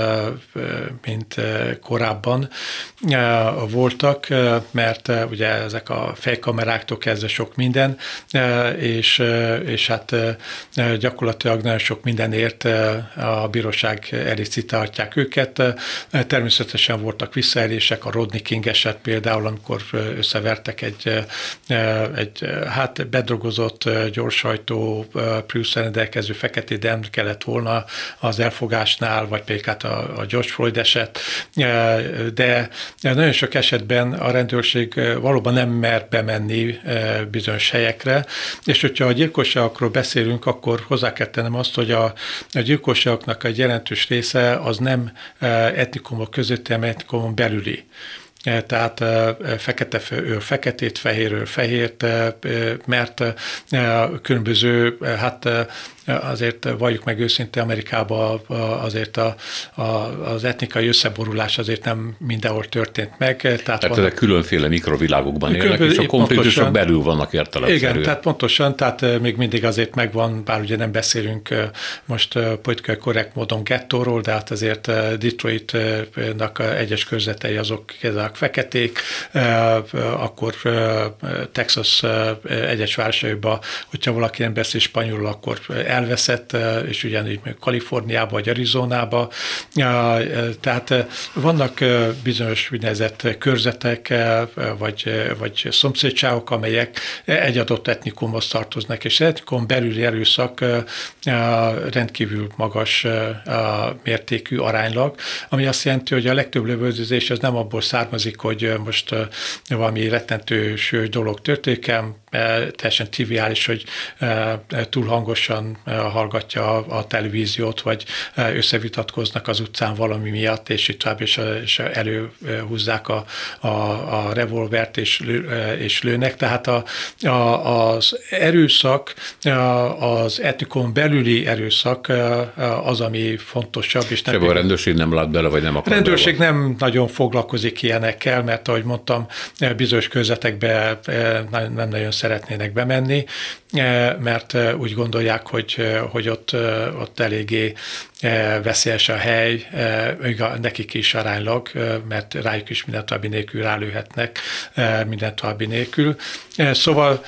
mint korábban voltak, mert ugye ezek a fejkameráktól kezdve sok minden, és, és hát gyakorlatilag nagyon sok mindenért a bíróság elé citálhatják őket. Természetesen voltak visszaélések, a Rodney King eset például, amikor összevertek egy, egy hát bedrogozott, gyorshajtó, Prius-szel rendelkező feketét, de nem kellett volna az elfogásnál, vagy pedig hát a, a George Floyd eset, de nagyon sok esetben a rendőrség valóban nem mer bemenni bizonyos helyekre, és hogyha a gyilkosságokról beszélünk, akkor hozzá kell tennem azt, hogy a, a gyilkosságoknak egy jelentős része az nem etnikumok közötti, hanem etnikumon belüli. Tehát fekete feketét, fehérről fehért, mert különböző, hát azért valljuk meg őszintén, Amerikában azért a, a, az etnikai összeborulás azért nem mindenhol történt meg. Tehát, tehát van, ezek különféle mikrovilágokban élnek, és a konfliktusok belül vannak értelemszerűen. Igen, tehát pontosan, tehát még mindig azért megvan, bár ugye nem beszélünk most politikai korrekt módon gettóról, de hát azért Detroitnak egyes körzetei azok ezek feketék, akkor Texas egyes városaiban, hogyha valaki nem beszél spanyolul, akkor elveszett, és ugyanígy még Kaliforniába vagy Arizonába. Tehát vannak bizonyos úgynevezett körzetek, vagy, vagy szomszédságok, amelyek egy adott etnikumhoz tartoznak, és etnikum belüli erőszak rendkívül magas mértékű aránylag, ami azt jelenti, hogy a legtöbb lövöldözés az nem abból származik, hogy most valami rettentő súlyos dolog történik, teljesen triviális, hogy túl hangosan hallgatja a televíziót, vagy összevitatkoznak az utcán valami miatt, és itt tovább is, és előhúzzák a, a, a revolvert, és, lő, és lőnek. Tehát a, a, az erőszak, az etnikon belüli erőszak az, ami fontosabb. És nem a rendőrség nem lát bele, vagy nem akar. A rendőrség bele. Nem nagyon foglalkozik ilyenekkel, mert ahogy mondtam, bizonyos körzetekbe nem nagyon szeretnének bemenni, mert úgy gondolják, hogy, hogy ott, ott eléggé veszélyes a hely, nekik is aránylag, mert rájuk is minden további nélkül rálőhetnek, minden további nélkül. Szóval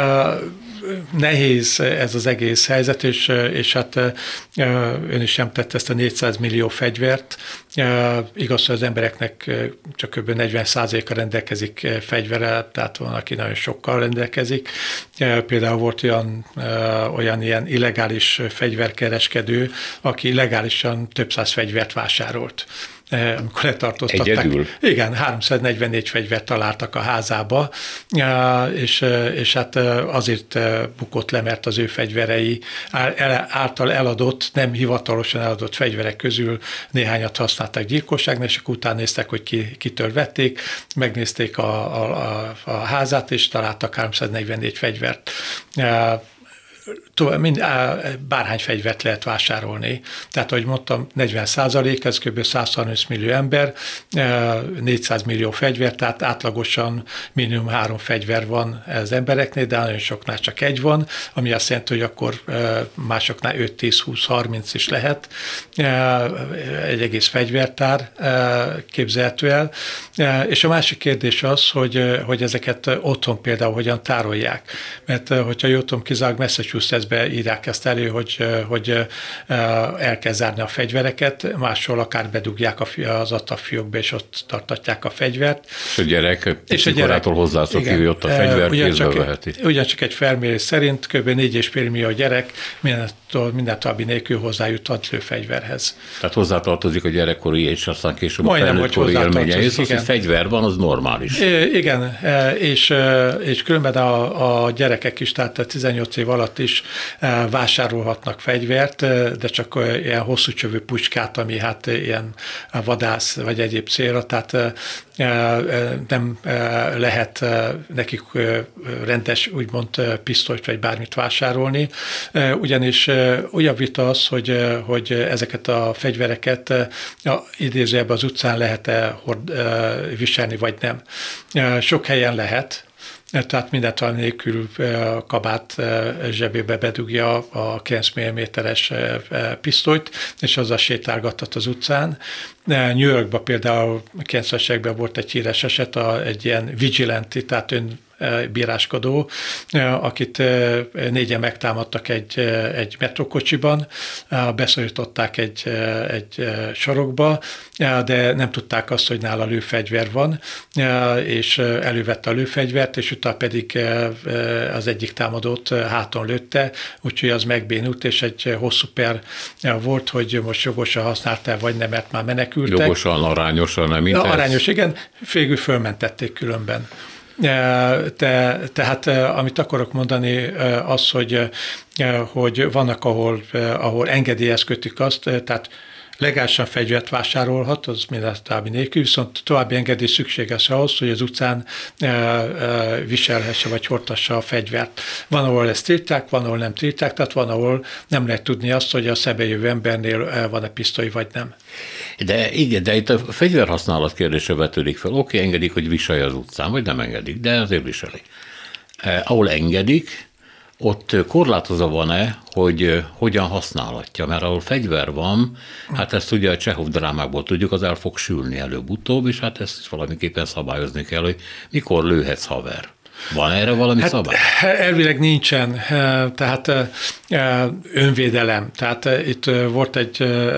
nehéz ez az egész helyzet, és, és hát ön is említette ezt a négyszáz millió fegyvert. Igaz, hogy az embereknek csak kb. negyven százaléka rendelkezik fegyverrel, tehát van, aki nagyon sokkal rendelkezik. Például volt olyan, olyan ilyen illegális fegyverkereskedő, aki illegálisan több száz fegyvert vásárolt. Amikor letartóztatták. Egyedül? Igen, háromszáznegyvennégy fegyvert találtak a házába, és, és hát azért bukott le, mert az ő fegyverei által eladott, nem hivatalosan eladott fegyverek közül néhányat használták gyilkosságnak, és akkor utána néztek, hogy ki, kitől vették, megnézték a, a, a házát, és találtak háromszáznegyvennégy fegyvert. Mind, bárhány fegyvert lehet vásárolni. Tehát, ahogy mondtam, negyven százalék, ez kb. százharminc millió ember, négyszáz millió fegyver, tehát átlagosan minimum három fegyver van az embereknél, de nagyon soknál csak egy van, ami azt jelenti, hogy akkor másoknál öt, tíz, húsz, harminc is lehet. Egy egész fegyvertár képzelhető el. És a másik kérdés az, hogy, hogy ezeket otthon például hogyan tárolják. Mert hogyha jól tudom, kizárólag Massachusettsbe írják ezt elő, hogy, hogy el kell zárni a fegyvereket, máshol akár bedugják az attafiókba, és ott tartatják a fegyvert. És a gyerek picikorától hozzászok, hogy ott a fegyver kézbe veheti. Ugyancsak egy felmérés szerint kb. négy egész öt millió gyerek minden további nélkül hozzájut a lőfegyverhez. Tehát hozzátartozik a gyerekkori és aztán később a felnőttkori élményeihez, az, hogy fegyver van, az normális. Igen, és, és különben a, a gyerekek is, tehát tizennyolc év alatt is vásárolhatnak fegyvert, de csak ilyen hosszú csövű puskát, ami hát ilyen vadász vagy egyéb célra, tehát nem lehet nekik rendes, úgymond pisztolyt vagy bármit vásárolni, ugyanis olyan vita az, hogy, hogy ezeket a fegyvereket idézőjelben az utcán lehet-e viselni, vagy nem. Sok helyen lehet, tehát mindentől nélkül a kabát zsebébe bedugja a kilenc milliméteres pisztolyt, és azzal sétálgattat az utcán. New Yorkban például kilencvenes években volt egy híres eset, egy ilyen vigilante, tehát ön bíráskodó, akit négyen megtámadtak egy, egy metrókocsiban, beszorították egy, egy sarokba, de nem tudták azt, hogy nála lőfegyver van, és elővette a lőfegyvert, és utána pedig az egyik támadót háton lőtte, úgyhogy az megbénult, és egy hosszú per volt, hogy most jogosan használta, vagy nem, mert már menekültek. Jogosan, arányosan, nem mint Arányos, igen, végül fölmentették különben. Te, tehát amit akarok mondani az, hogy, hogy vannak, ahol, ahol engedélyhez kötik azt, tehát legálisan fegyvert vásárolhat, az minden további nélkül, viszont további engedély szükséges ahhoz, hogy az utcán viselhesse vagy hordhassa a fegyvert. Van, ahol ezt tiltják, van, ahol nem tiltják, tehát van, ahol nem lehet tudni azt, hogy a szembejövő embernél van-e pisztoly, vagy nem. De igen, de itt a fegyverhasználat kérdése vetődik fel. Oké, engedik, hogy viselje az utcán, vagy nem engedik, de azért viseli. Eh, ahol engedik, ott korlátozva van-e, hogy hogyan használhatja, mert ahol fegyver van, hát ezt ugye a Csehov drámákból tudjuk, az el fog sülni előbb-utóbb, és hát ezt is valamiképpen szabályozni kell, hogy mikor lőhetsz haver. Van erre valami hát, szabály? Elvileg nincsen, tehát önvédelem. Tehát itt volt egy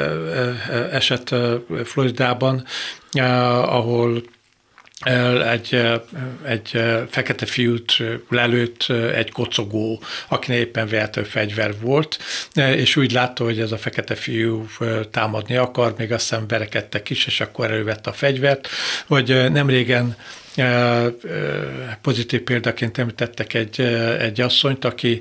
eset Floridában, ahol egy, egy fekete fiút lelőtt egy kocogó, akinek éppen vehető fegyver volt, és úgy látta, hogy ez a fekete fiú támadni akar, még aztán verekedtek is, és akkor elővette a fegyvert, hogy nem régen Pozitív példaként említettek egy, egy asszonyt, aki,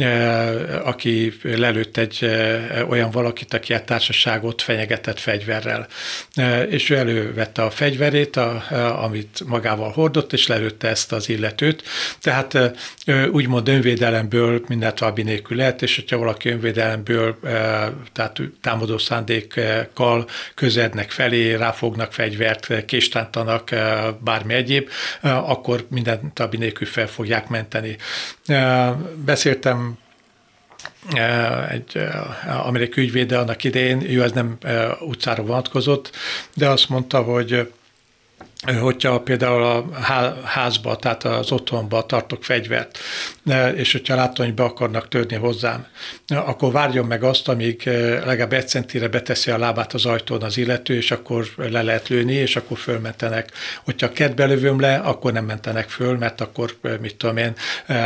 aki lelőtt egy olyan valakit, aki a társaságot fenyegetett fegyverrel. És ő elővette a fegyverét, a, amit magával hordott, és lelőtte ezt az illetőt. Tehát úgymond önvédelemből mindent valami nélkül lehet, és hogyha valaki önvédelemből, tehát támadó szándékkal közelednek felé, ráfognak fegyvert, késtántanak, bármi egyéb, akkor mindent valami nélkül fel fogják menteni. Beszéltem egy amerikai ügyvéddel annak idején, ő ez nem utcára vonatkozott, de azt mondta, hogy hogyha például a házba, tehát az otthonba tartok fegyvert, és hogyha látom, hogy be akarnak törni hozzám, akkor várjon meg azt, amíg legalább egy centire beteszi a lábát az ajtón az illető, és akkor le lehet lőni, és akkor fölmentenek. Hogyha kertbe lövöm le, akkor nem mentenek föl, mert akkor, mit tudom én,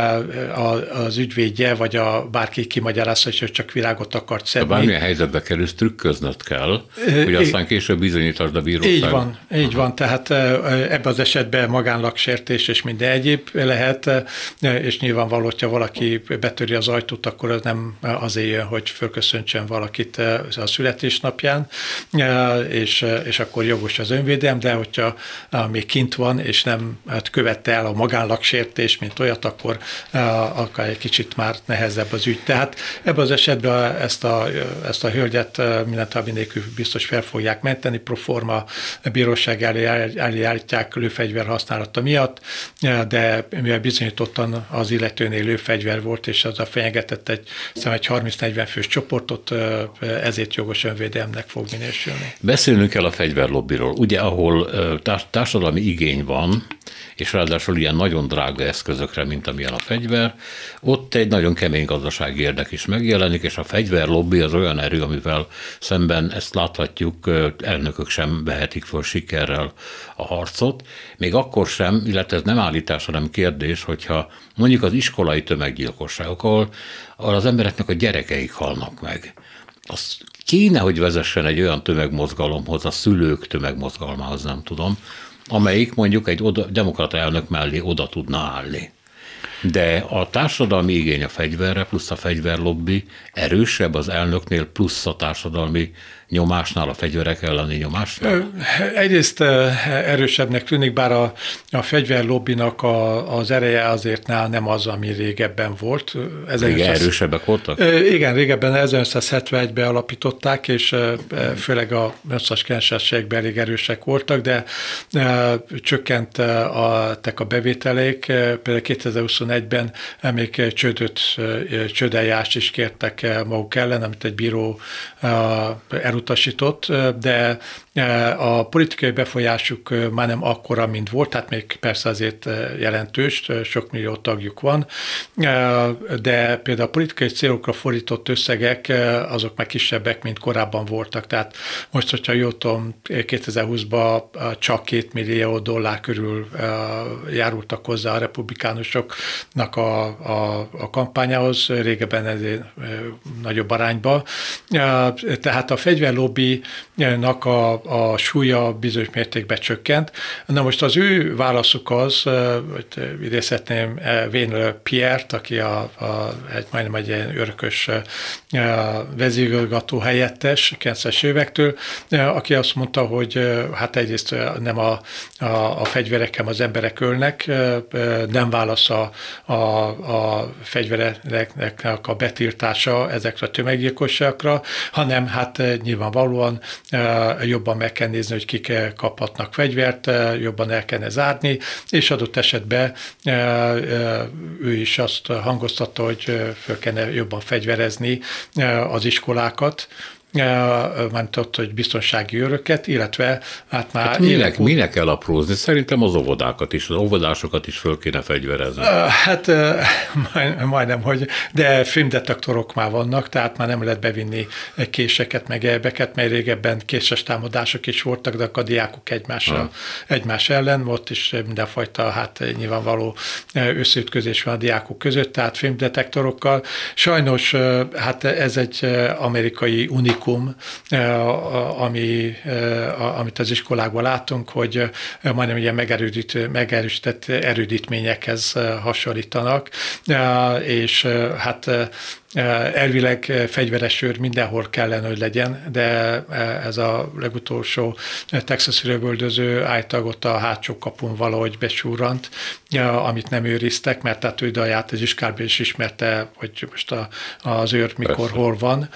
az ügyvédje, vagy a bárki kimagyarázza, hogy csak virágot akart szedni. De bármilyen helyzetbe kerülsz, trükköznöd kell, hogy aztán később bizonyítasd a bíróság. Így van, így van, tehát ebben az esetben magánlagsértés és minden egyéb lehet, és nyilvánvaló, hogyha valaki betöri az ajtót, akkor az nem azért jön, hogy fölköszöntsön valakit a születésnapján, és, és akkor jogos az önvédelem, de hogyha még kint van, és nem követte el a magánlagsértés, mint olyat, akkor akár egy kicsit már nehezebb az ügy. Tehát ebben az esetben ezt a, ezt a hölgyet mindent nélkül biztos fel fogják menteni, proforma bíróság elé állítják lőfegyver használata miatt, de mivel bizonyítottan az illetőnél lőfegyver volt, és az a fenyegetett egy, egy harminc-negyven fős csoportot, ezért jogos önvédelemnek fog minősülni. Beszélnünk kell a fegyverlobbiról. Ugye, ahol társadalmi igény van, és ráadásul ilyen nagyon drága eszközökre, mint amilyen a fegyver, ott egy nagyon kemény gazdasági érdek is megjelenik, és a fegyverlobbi az olyan erő, amivel szemben ezt láthatjuk, elnökök sem vehetik föl sikerrel a harcot, még akkor sem, illetve ez nem állítás, hanem kérdés, hogyha mondjuk az iskolai tömeggyilkosságok, ahol, ahol az embereknek a gyerekeik halnak meg, az kéne, hogy vezessen egy olyan tömegmozgalomhoz, a szülők tömegmozgalmához, nem tudom, amelyik mondjuk egy oda, demokrata elnök mellé oda tudna állni. De a társadalmi igény a fegyverre plusz a fegyverlobbi erősebb az elnöknél plusz a társadalmi nyomásnál, a fegyverek elleni nyomásnál? Egyrészt erősebbnek tűnik, bár a, a fegyverlobbinak a, az ereje azért nem az, ami régebben volt. Régen erősebbek voltak? Igen, régebben ezernyolcszázhetvenegyben alapították, és főleg a nyolcvanas-kilencvenes elég erősek voltak, de csökkent a, a bevételék. Például kétezer-huszonegyben még csődöt, csődeljást is kértek maguk ellen, amit egy bíró elutasított, de a politikai befolyásuk már nem akkora, mint volt, tehát még persze azért jelentős, sok millió tagjuk van, de például a politikai célokra fordított összegek azok már kisebbek, mint korábban voltak. Tehát most, hogyha jól tudom, kétezer-húszban csak két millió dollár körül járultak hozzá a republikánusoknak a, a, a kampányához, régebben ez nagyobb arányba. Tehát a fegyverlobbinak a a súlya bizonyos mértékben csökkent. Na most az ő válaszuk az, hogy idézhetném Wayne Pierre-t, aki a, a, egy, majdnem egy ilyen örökös vezérigazgató helyettes kilencvenes évektől, aki azt mondta, hogy hát egyrészt nem a, a, a fegyverekkel az emberek ölnek, nem válasz a, a, a fegyvereknek a betiltása ezekre a tömeggyilkosságokra, hanem hát nyilvánvalóan jobban meg kell nézni, hogy kik kaphatnak fegyvert, jobban el kellene zárni, és adott esetben ő is azt hangoztatta, hogy föl kellene jobban fegyverezni az iskolákat, mármint ott, hogy biztonsági őröket, illetve hát már... Hát minek, minek kell aprózni? Szerintem az óvodákat is, az óvodásokat is föl kéne fegyverezni. Hát majdnem, hogy de filmdetektorok már vannak, tehát már nem lehet bevinni késeket, meg elbeket, mert régebben késes támadások is voltak, de a diákok egymásra, egymás ellen, ott is mindenfajta, hát nyilvánvaló összeütközés van a diákok között, tehát filmdetektorokkal. Sajnos hát ez egy amerikai unikum, unikum, ami, amit az iskolákban látunk, hogy majdnem ilyen megerődít, megerősített erődítményekhez hasonlítanak, és hát elvileg fegyveres sör mindenhol kellene, hogy legyen, de ez a legutolsó texasi lövöldöző állítólag ott a hátsó kapun valahogy besúrrant, amit nem őriztek, mert tehát ő Daját az iskálban is ismerte, hogy most a, az őr mikor, Persze. hol van,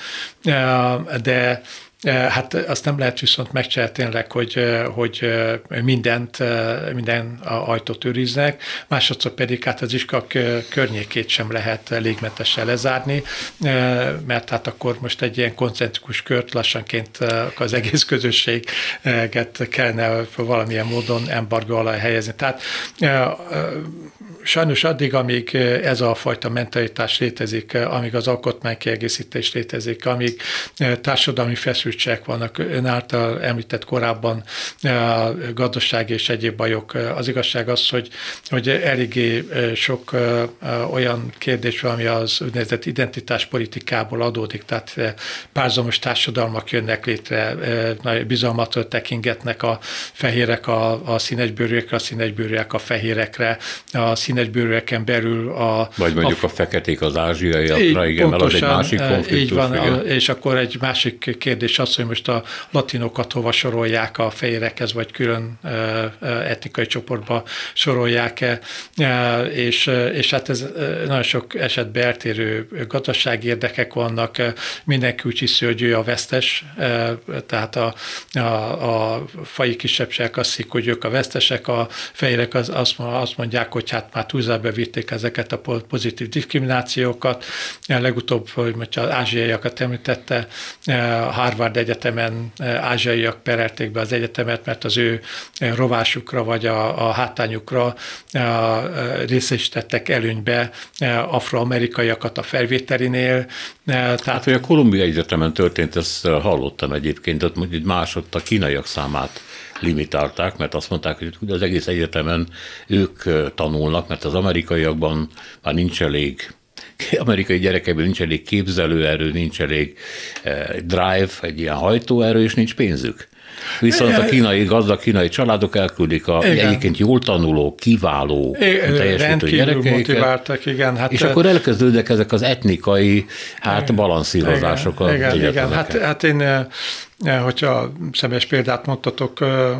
de hát azt nem lehet viszont megcsinálni tényleg, hogy, hogy mindent, minden ajtót őriznek, másodszor pedig hát az iskola környékét sem lehet légmentesen lezárni, mert hát akkor most egy ilyen koncentrikus kört lassanként az egész közösséget kellene valamilyen módon embargó alá helyezni. Tehát sajnos addig, amíg ez a fajta mentalitás létezik, amíg az alkotmánykiegészítés létezik, amíg társadalmi feszültségek vannak, ön által említett korábban gazdasági és egyéb bajok. Az igazság az, hogy, hogy eléggé sok olyan kérdés van, ami az úgynevezett identitáspolitikából adódik, tehát párhuzamos társadalmak jönnek létre, bizalmatról tekingetnek a fehérek a, a színesbőrűekre, a színesbőrűek a fehérekre, a színesbőrűeken belül a... Vagy mondjuk a, a feketék az ázsiaiakra, igen, mert az egy másik konfliktus. Így van, a, és akkor egy másik kérdés az, hogy most a latinokat hova sorolják a fehérekhez, vagy külön etnikai csoportba sorolják-e, és, és hát ez nagyon sok esetben eltérő gazdasági érdekek vannak, mindenki úgy hiszi, hogy ő a vesztes, tehát a, a, a faji kisebbségek azt hiszik, hogy ők a vesztesek, a fehérek az, azt mondják, hogy hát már túlzásba vitték ezeket a pozitív diszkriminációkat. Legutóbb, hogy az ázsiaiakat említette, Harvard Egyetemen ázsiaiak perelték be az egyetemet, mert az ő rovásukra vagy a, a hátányukra részesítettek előnybe afroamerikaiakat a felvételinél. Tehát, hát, hogy a Columbia Egyetemen történt, ezt hallottam egyébként, ott mondjuk másodta a kínaiak számát limitálták, mert azt mondták, hogy az egész egyetemen ők tanulnak, mert az amerikaiakban már nincs elég, amerikai gyerekekből nincs elég képzelőerő, nincs elég drive, egy ilyen hajtóerő, és nincs pénzük. Viszont a kínai, gazdag kínai családok elküldik a igen. egyébként jól tanuló, kiváló, teljesítő gyerekeiket. Motiváltak, igen. Hát, és akkor elkezdődnek ezek az etnikai hát balanszírozások igen, a igen, igen. Hát, hát én, hogyha személyes példát mondtatok,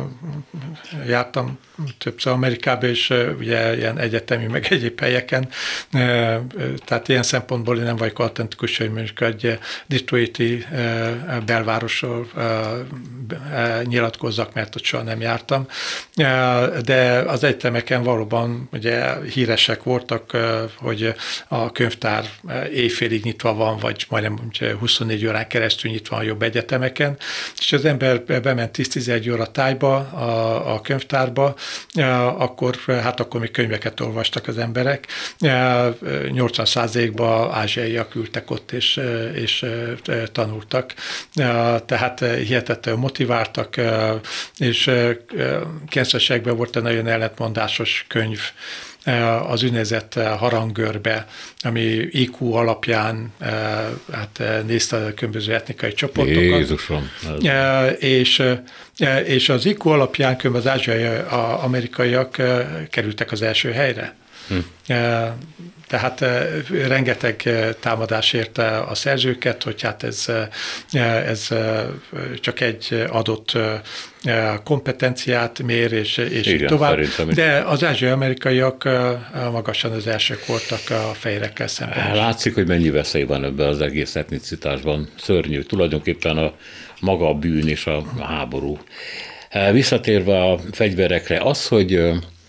jártam többször Amerikában, és ugye ilyen egyetemi, meg egyéb helyeken, tehát ilyen szempontból én nem vagyok autentikus, hogy mondjuk egy detroiti belvárosról nyilatkozzak, mert ott soha nem jártam, de az egyetemeken valóban ugye híresek voltak, hogy a könyvtár éjfélig nyitva van, vagy majdnem huszonnégy órán keresztül nyitva van a jobb egyetemeken, és az ember bement tíz-tizenegy óra tájba a, a könyvtárba, akkor, hát akkor még könyveket olvastak az emberek, nyolcvan százalékban ázsiaiak ültek ott, és, és tanultak, tehát hihetetlenül motiváltak, és kilencvenes években volt egy nagyon ellentmondásos könyv, az úgynevezett harangörbe, ami I Q alapján hát nézte a különböző etnikai csoportokat. Jézusom! És, és az I Q alapján az ázsiai amerikaiak kerültek az első helyre. Hm. Tehát rengeteg támadás érte a szerzőket, hogy hát ez, ez csak egy adott kompetenciát mér, és, és igen, tovább. De az ázsiai-amerikaiak magasan az elsők voltak a fehérekkel szemben. Látszik, hogy mennyi veszély van ebben az egész etnicitásban. Szörnyű. Tulajdonképpen a maga a bűn és a háború. Visszatérve a fegyverekre, az, hogy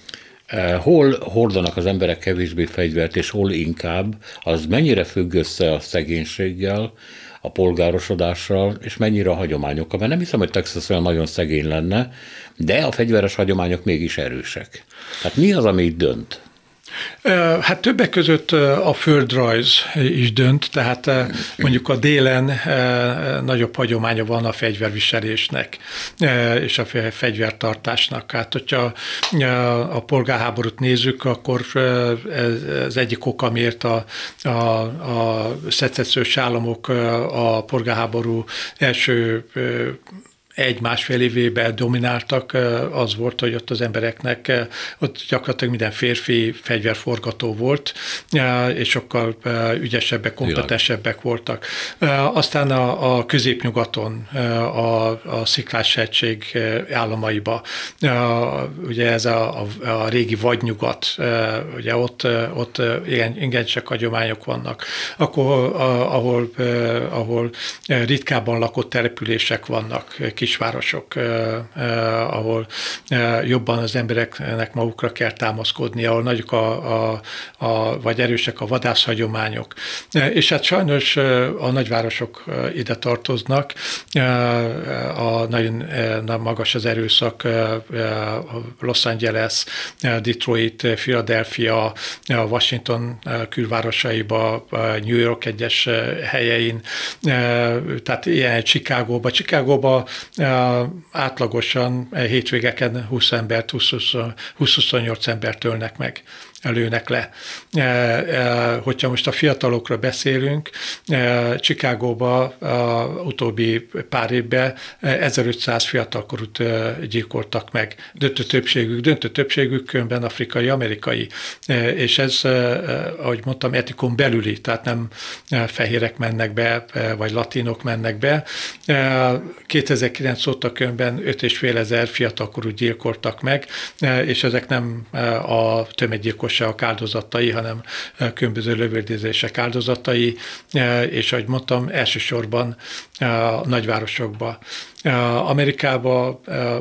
hol hordanak az emberek kevésbé fegyvert, és hol inkább, az mennyire függ össze a szegénységgel, a polgárosodással, és mennyire a hagyományokkal. Mert nem hiszem, hogy Texas olyan nagyon szegény lenne, de a fegyveres hagyományok mégis erősek. Tehát mi az, ami itt dönt? Hát többek között a földrajz is dönt, tehát mondjuk a délen nagyobb hagyománya van a fegyverviselésnek és a fegyvertartásnak. Hát, hogyha a polgárháborút nézzük, akkor ez egyik oka, miért a, a, a szecessziós államok a polgárháború első egy-másfél évében domináltak, az volt, hogy ott az embereknek, ott gyakorlatilag minden férfi fegyverforgató volt, és sokkal ügyesebbek, kompetensebbek voltak. Aztán a, a középnyugaton, a, a Sziklás-hegység államaiba, ugye ez a, a, a régi vadnyugat, ugye ott, ott igen, igen csak hagyományok vannak, akkor, ahol, ahol ritkábban lakott települések vannak, kisvárosok, eh, eh, ahol eh, jobban az embereknek magukra kell támaszkodni, ahol nagyok a, a, a, vagy erősek a vadászhagyományok. Eh, és hát sajnos eh, a nagyvárosok eh, ide tartoznak, eh, a nagyon eh, magas az erőszak, eh, Los Angeles, eh, Detroit, Philadelphia, eh, Washington eh, külvárosaiba, eh, New York egyes eh, helyein, eh, tehát ilyen Chicagóba. Chicagóba átlagosan hétvégeken húsz embert, húsz-huszonnyolc embert ölnek meg, lőnek le. Hogyha most a fiatalokra beszélünk, Chicagóban a utóbbi pár évben ezerötszáz fiatalkorút gyilkoltak meg. Döntő többségük, döntő többségük különben afrikai-amerikai. És ez, ahogy mondtam, etikon belüli, tehát nem fehérek mennek be, vagy latinok mennek be. kétezer-kilenc óta különben öt és fél ezer fiatalkorút gyilkoltak meg, és ezek nem a tömeggyilkosság áldozatai, hanem különböző lövöldözések áldozatai, és ahogy mondtam, elsősorban a nagyvárosokban. Amerikában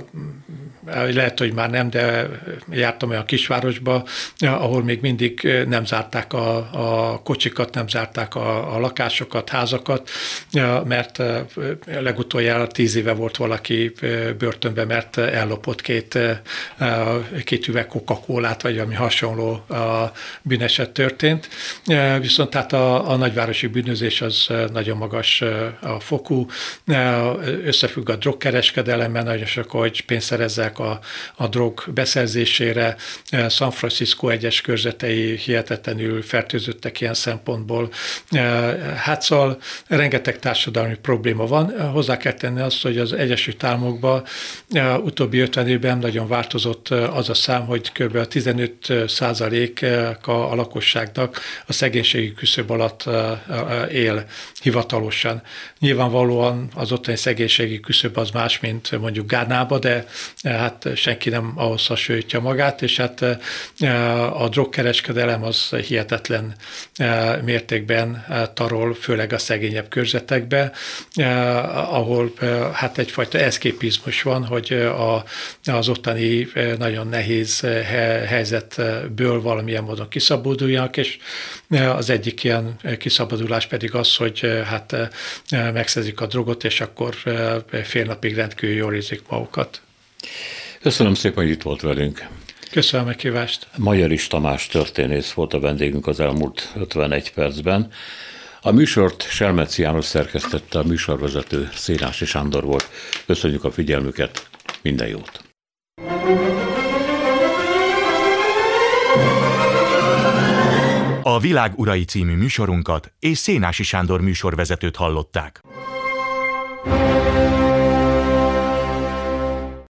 lehet, hogy már nem, de jártam olyan kisvárosba, ahol még mindig nem zárták a, a kocsikat, nem zárták a, a lakásokat, házakat, mert legutoljára tíz éve volt valaki börtönben, mert ellopott két, két üveg Coca-Colát, vagy valami hasonló bűneset történt. Viszont tehát a, a nagyvárosi bűnözés az nagyon magas a fokú, összefügg a drogkereskedelemmel, nagyon sok, hogy pénzt szerezzek a, a drog beszerzésére. San Francisco egyes körzetei hihetetlenül fertőzöttek ilyen szempontból. Hát szóval rengeteg társadalmi probléma van. Hozzá kell tenni azt, hogy az Egyesült Államokban utóbbi ötven évben nagyon változott az a szám, hogy kb. tizenöt százalék a lakosságnak a szegénységi küszöb alatt él hivatalosan. Nyilvánvalóan az ottani szegénységi küszöb az más, mint mondjuk Gánába, de hát senki nem ahhoz hasonlítja magát, és hát a drogkereskedelem az hihetetlen mértékben tarol, főleg a szegényebb körzetekbe, ahol hát egyfajta eszképizmus van, hogy a, az ottani nagyon nehéz helyzetből valamilyen módon kiszabaduljanak, és az egyik ilyen kiszabadulás pedig az, hogy hát megszerzik a drogot, és akkor fél napig rendkívül jól érzik magukat. Köszönöm szépen, hogy itt volt velünk. Köszönöm a meghívást. Majorics Tamás történész volt a vendégünk az elmúlt ötvenegy percben. A műsort Selmeci János szerkesztette, a műsorvezető Szénási Sándor volt. Köszönjük a figyelmüket, minden jót! A Világ urai című műsorunkat és Szénási Sándor műsorvezetőt hallották.